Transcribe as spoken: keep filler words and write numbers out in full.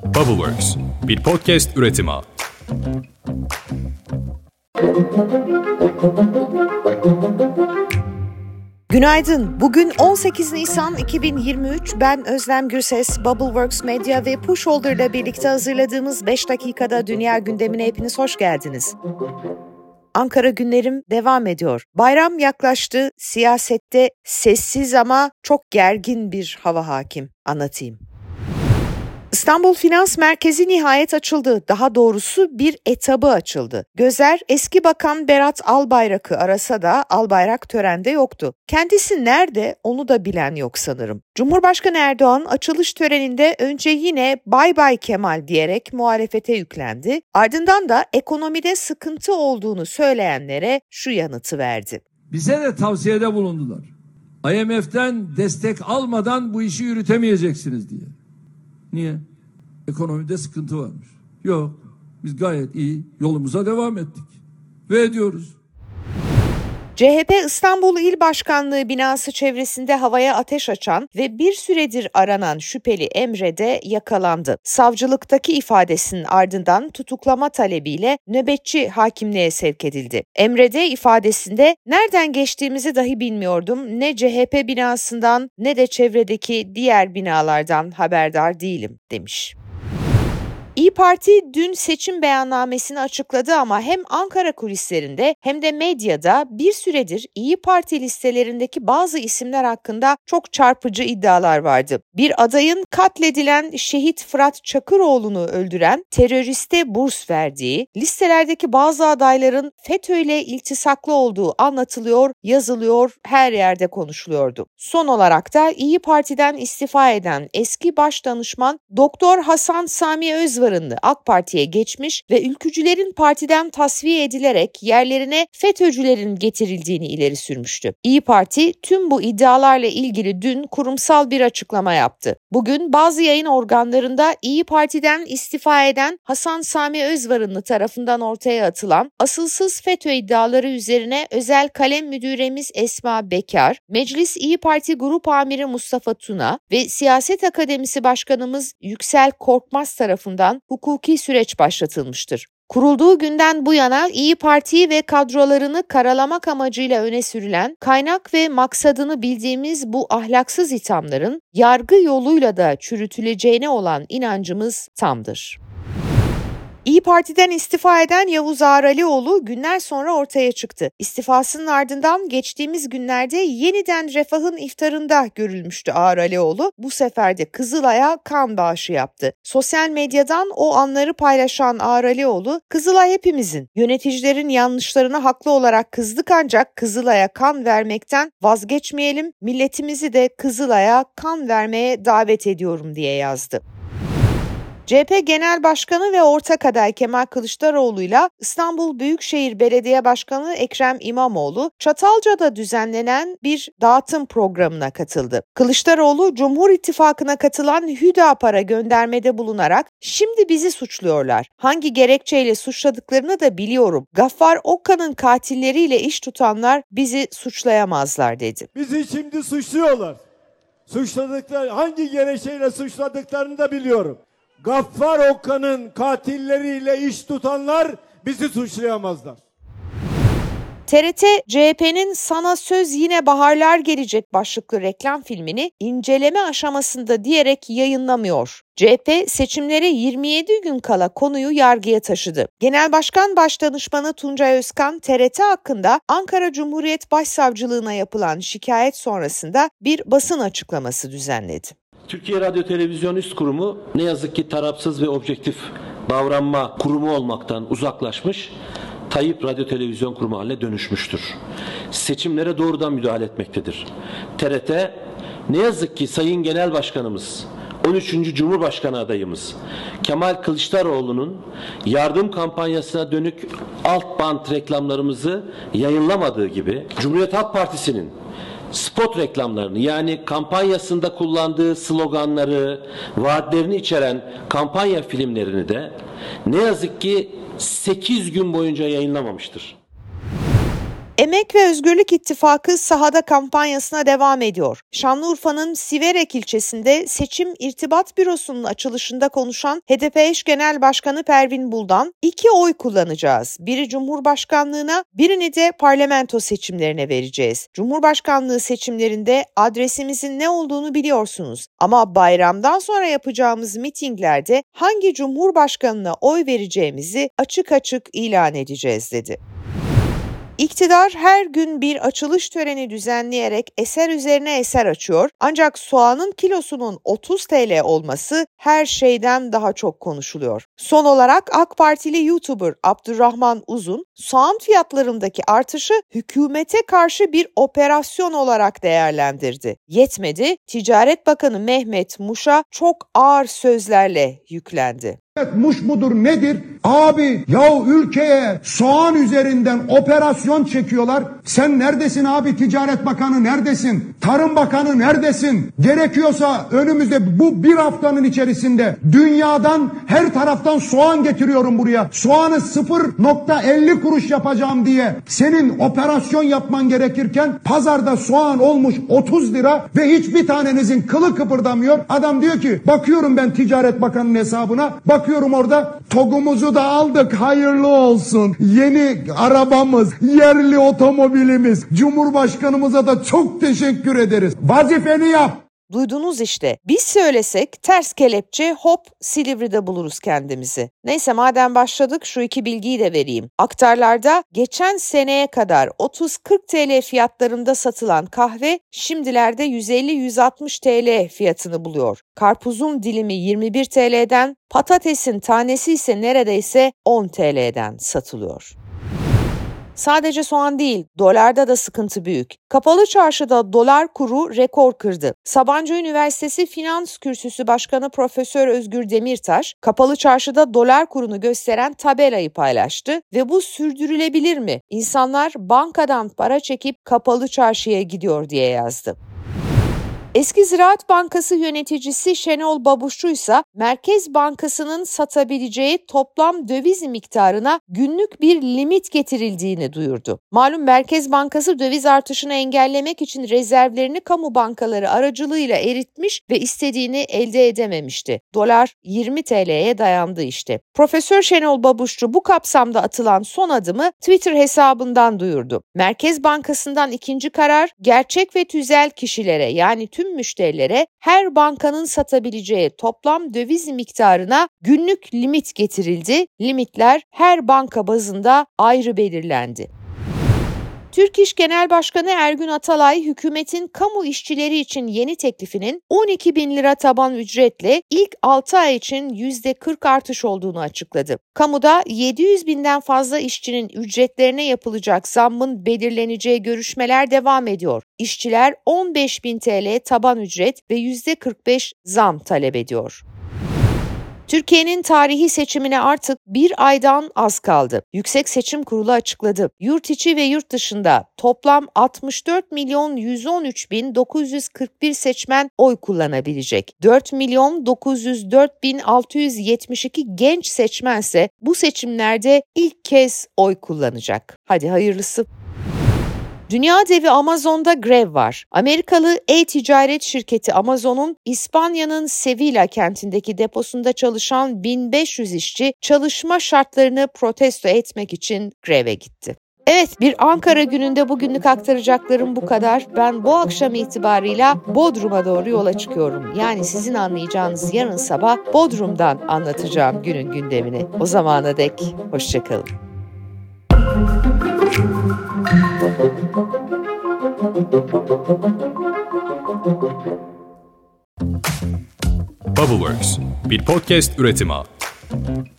Bubbleworks, bir podcast üretimi. Günaydın. Bugün on sekiz Nisan iki bin yirmi üç. Ben Özlem Gürses, Bubbleworks Medya ve Pushholder ile birlikte hazırladığımız beş dakikada dünya gündemine hepiniz hoş geldiniz. Ankara günlerim devam ediyor. Bayram yaklaştı. Siyasette sessiz ama çok gergin bir hava hakim. Anlatayım. İstanbul Finans Merkezi nihayet açıldı. Daha doğrusu bir etabı açıldı. Gözler eski bakan Berat Albayrak'ı arasa da Albayrak törende yoktu. Kendisi nerede onu da bilen yok sanırım. Cumhurbaşkanı Erdoğan açılış töreninde önce yine bay bay Kemal diyerek muhalefete yüklendi. Ardından da ekonomide sıkıntı olduğunu söyleyenlere şu yanıtı verdi. Bize de tavsiyede bulundular. I M F'den destek almadan bu işi yürütemeyeceksiniz diye. Niye? Ekonomide sıkıntı varmış. Yok. Biz gayet iyi yolumuza devam ettik. Ve ediyoruz. C H P İstanbul İl Başkanlığı binası çevresinde havaya ateş açan ve bir süredir aranan şüpheli Emre de yakalandı. Savcılıktaki ifadesinin ardından tutuklama talebiyle nöbetçi hakimliğe sevk edildi. Emre de ifadesinde nereden geçtiğimizi dahi bilmiyordum. Ne C H P binasından ne de çevredeki diğer binalardan haberdar değilim demiş. İYİ Parti dün seçim beyannamesini açıkladı ama hem Ankara kulislerinde hem de medyada bir süredir İYİ Parti listelerindeki bazı isimler hakkında çok çarpıcı iddialar vardı. Bir adayın katledilen şehit Fırat Çakıroğlu'nu öldüren teröriste burs verdiği, listelerdeki bazı adayların FETÖ ile iltisaklı olduğu anlatılıyor, yazılıyor, her yerde konuşuluyordu. Son olarak da İYİ Parti'den istifa eden eski başdanışman Doktor Hasan Sami Özvarınlı AK Parti'ye geçmiş ve ülkücülerin partiden tasfiye edilerek yerlerine FETÖ'cülerin getirildiğini ileri sürmüştü. İYİ Parti tüm bu iddialarla ilgili dün kurumsal bir açıklama yaptı. Bugün bazı yayın organlarında İYİ Parti'den istifa eden Hasan Sami Özvarınlı tarafından ortaya atılan asılsız FETÖ iddiaları üzerine özel kalem müdüremiz Esma Bekar, Meclis İYİ Parti Grup Amiri Mustafa Tuna ve Siyaset Akademisi Başkanımız Yüksel Korkmaz tarafından hukuki süreç başlatılmıştır. Kurulduğu günden bu yana İYİ Parti'yi ve kadrolarını karalamak amacıyla öne sürülen, kaynak ve maksadını bildiğimiz bu ahlaksız ithamların yargı yoluyla da çürütüleceğine olan inancımız tamdır. İYİ Parti'den istifa eden Yavuz Ağralioğlu günler sonra ortaya çıktı. İstifasının ardından geçtiğimiz günlerde yeniden Refah'ın iftarında görülmüştü Ağralioğlu. Bu sefer de Kızılay'a kan bağışı yaptı. Sosyal medyadan o anları paylaşan Ağralioğlu, Kızılay hepimizin, yöneticilerin yanlışlarına haklı olarak kızdık ancak Kızılay'a kan vermekten vazgeçmeyelim, milletimizi de Kızılay'a kan vermeye davet ediyorum diye yazdı. C H P Genel Başkanı ve ortak aday Kemal Kılıçdaroğlu'yla İstanbul Büyükşehir Belediye Başkanı Ekrem İmamoğlu, Çatalca'da düzenlenen bir dağıtım programına katıldı. Kılıçdaroğlu, Cumhur İttifakı'na katılan Hüdapar'a göndermede bulunarak, "Şimdi bizi suçluyorlar. Hangi gerekçeyle suçladıklarını da biliyorum. Gaffar Okka'nın katilleriyle iş tutanlar bizi suçlayamazlar," dedi. Bizi şimdi suçluyorlar. Suçladıkları, hangi gerekçeyle suçladıklarını da biliyorum. Gaffar Okka'nın katilleriyle iş tutanlar bizi suçlayamazlar. T R T, C H P'nin "Sana Söz Yine Baharlar Gelecek" başlıklı reklam filmini inceleme aşamasında diyerek yayınlamıyor. C H P seçimlere yirmi yedi gün kala konuyu yargıya taşıdı. Genel Başkan Başdanışmanı Tuncay Özkan, T R T hakkında Ankara Cumhuriyet Başsavcılığına yapılan şikayet sonrasında bir basın açıklaması düzenledi. Türkiye Radyo Televizyon Üst Kurumu ne yazık ki tarafsız ve objektif davranma kurumu olmaktan uzaklaşmış, Tayyip Radyo Televizyon Kurumu haline dönüşmüştür. Seçimlere doğrudan müdahale etmektedir. T R T ne yazık ki Sayın Genel Başkanımız, on üçüncü Cumhurbaşkanı adayımız Kemal Kılıçdaroğlu'nun yardım kampanyasına dönük alt bant reklamlarımızı yayınlamadığı gibi Cumhuriyet Halk Partisi'nin spot reklamlarını, yani kampanyasında kullandığı sloganları, vaatlerini içeren kampanya filmlerini de ne yazık ki sekiz gün boyunca yayınlamamıştır. Emek ve Özgürlük İttifakı sahada kampanyasına devam ediyor. Şanlıurfa'nın Siverek ilçesinde Seçim İrtibat Bürosu'nun açılışında konuşan H D P eş Genel Başkanı Pervin Buldan, iki oy kullanacağız. Biri Cumhurbaşkanlığına, birini de parlamento seçimlerine vereceğiz. Cumhurbaşkanlığı seçimlerinde adresimizin ne olduğunu biliyorsunuz. Ama bayramdan sonra yapacağımız mitinglerde hangi cumhurbaşkanına oy vereceğimizi açık açık ilan edeceğiz dedi. İktidar her gün bir açılış töreni düzenleyerek eser üzerine eser açıyor. Ancak soğanın kilosunun otuz TL olması her şeyden daha çok konuşuluyor. Son olarak AK Partili YouTuber Abdurrahman Uzun, soğan fiyatlarındaki artışı hükümete karşı bir operasyon olarak değerlendirdi. Yetmedi, Ticaret Bakanı Mehmet Muş'a çok ağır sözlerle yüklendi. Muş mudur nedir? Abi ya ülkeye soğan üzerinden operasyon çekiyorlar. Sen neredesin abi, Ticaret Bakanı neredesin? Tarım Bakanı neredesin? Gerekiyorsa önümüzde bu bir haftanın içerisinde dünyadan her taraftan soğan getiriyorum buraya. Soğanı sıfır nokta elli kuruş yapacağım diye senin operasyon yapman gerekirken pazarda soğan olmuş otuz lira ve hiçbir tanenizin kılı kıpırdamıyor. Adam diyor ki bakıyorum ben Ticaret Bakanı'nın hesabına, bak Bakıyorum orada TOG'umuzu da aldık, hayırlı olsun. Yeni arabamız, yerli otomobilimiz. Cumhurbaşkanımıza da çok teşekkür ederiz. Vazifeni yap. Duydunuz işte. Biz söylesek ters kelepçe hop Silivri'de buluruz kendimizi. Neyse madem başladık şu iki bilgiyi de vereyim. Aktarlarda geçen seneye kadar otuz kırk TL fiyatlarında satılan kahve şimdilerde yüz elli yüz altmış TL fiyatını buluyor. Karpuzun dilimi yirmi bir TL'den, patatesin tanesi ise neredeyse on TL'den satılıyor. Sadece soğan değil, dolarda da sıkıntı büyük. Kapalı Çarşı'da dolar kuru rekor kırdı. Sabancı Üniversitesi Finans Kürsüsü Başkanı Profesör Özgür Demirtaş, Kapalı Çarşı'da dolar kurunu gösteren tabelayı paylaştı ve bu sürdürülebilir mi? İnsanlar bankadan para çekip Kapalı Çarşı'ya gidiyor diye yazdı. Eski Ziraat Bankası yöneticisi Şenol Babuşçu ise Merkez Bankası'nın satabileceği toplam döviz miktarına günlük bir limit getirildiğini duyurdu. Malum Merkez Bankası döviz artışını engellemek için rezervlerini kamu bankaları aracılığıyla eritmiş ve istediğini elde edememişti. Dolar yirmi TL'ye dayandı işte. Profesör Şenol Babuşçu bu kapsamda atılan son adımı Twitter hesabından duyurdu. Merkez Bankası'ndan ikinci karar gerçek ve tüzel kişilere yani tüm müşterilere her bankanın satabileceği toplam döviz miktarına günlük limit getirildi. Limitler her banka bazında ayrı belirlendi. Türk İş Genel Başkanı Ergün Atalay, hükümetin kamu işçileri için yeni teklifinin on iki bin lira taban ücretle ilk altı ay için yüzde kırk artış olduğunu açıkladı. Kamuda yedi yüz binden fazla işçinin ücretlerine yapılacak zammın belirleneceği görüşmeler devam ediyor. İşçiler on beş bin TL taban ücret ve yüzde kırk beş zam talep ediyor. Türkiye'nin tarihi seçimine artık bir aydan az kaldı. Yüksek Seçim Kurulu açıkladı. Yurt içi ve yurt dışında toplam altmış dört milyon yüz on üç bin dokuz yüz kırk bir seçmen oy kullanabilecek. dört milyon dokuz yüz dört bin altı yüz yetmiş iki genç seçmense bu seçimlerde ilk kez oy kullanacak. Hadi hayırlısı. Dünya devi Amazon'da grev var. Amerikalı e-ticaret şirketi Amazon'un İspanya'nın Sevilla kentindeki deposunda çalışan bin beş yüz işçi çalışma şartlarını protesto etmek için greve gitti. Evet, bir Ankara gününde bugünlük aktaracaklarım bu kadar. Ben bu akşam itibarıyla Bodrum'a doğru yola çıkıyorum. Yani sizin anlayacağınız yarın sabah Bodrum'dan anlatacağım günün gündemini. O zamana dek hoşçakalın. Bubbleworks, bir podcast üretimi.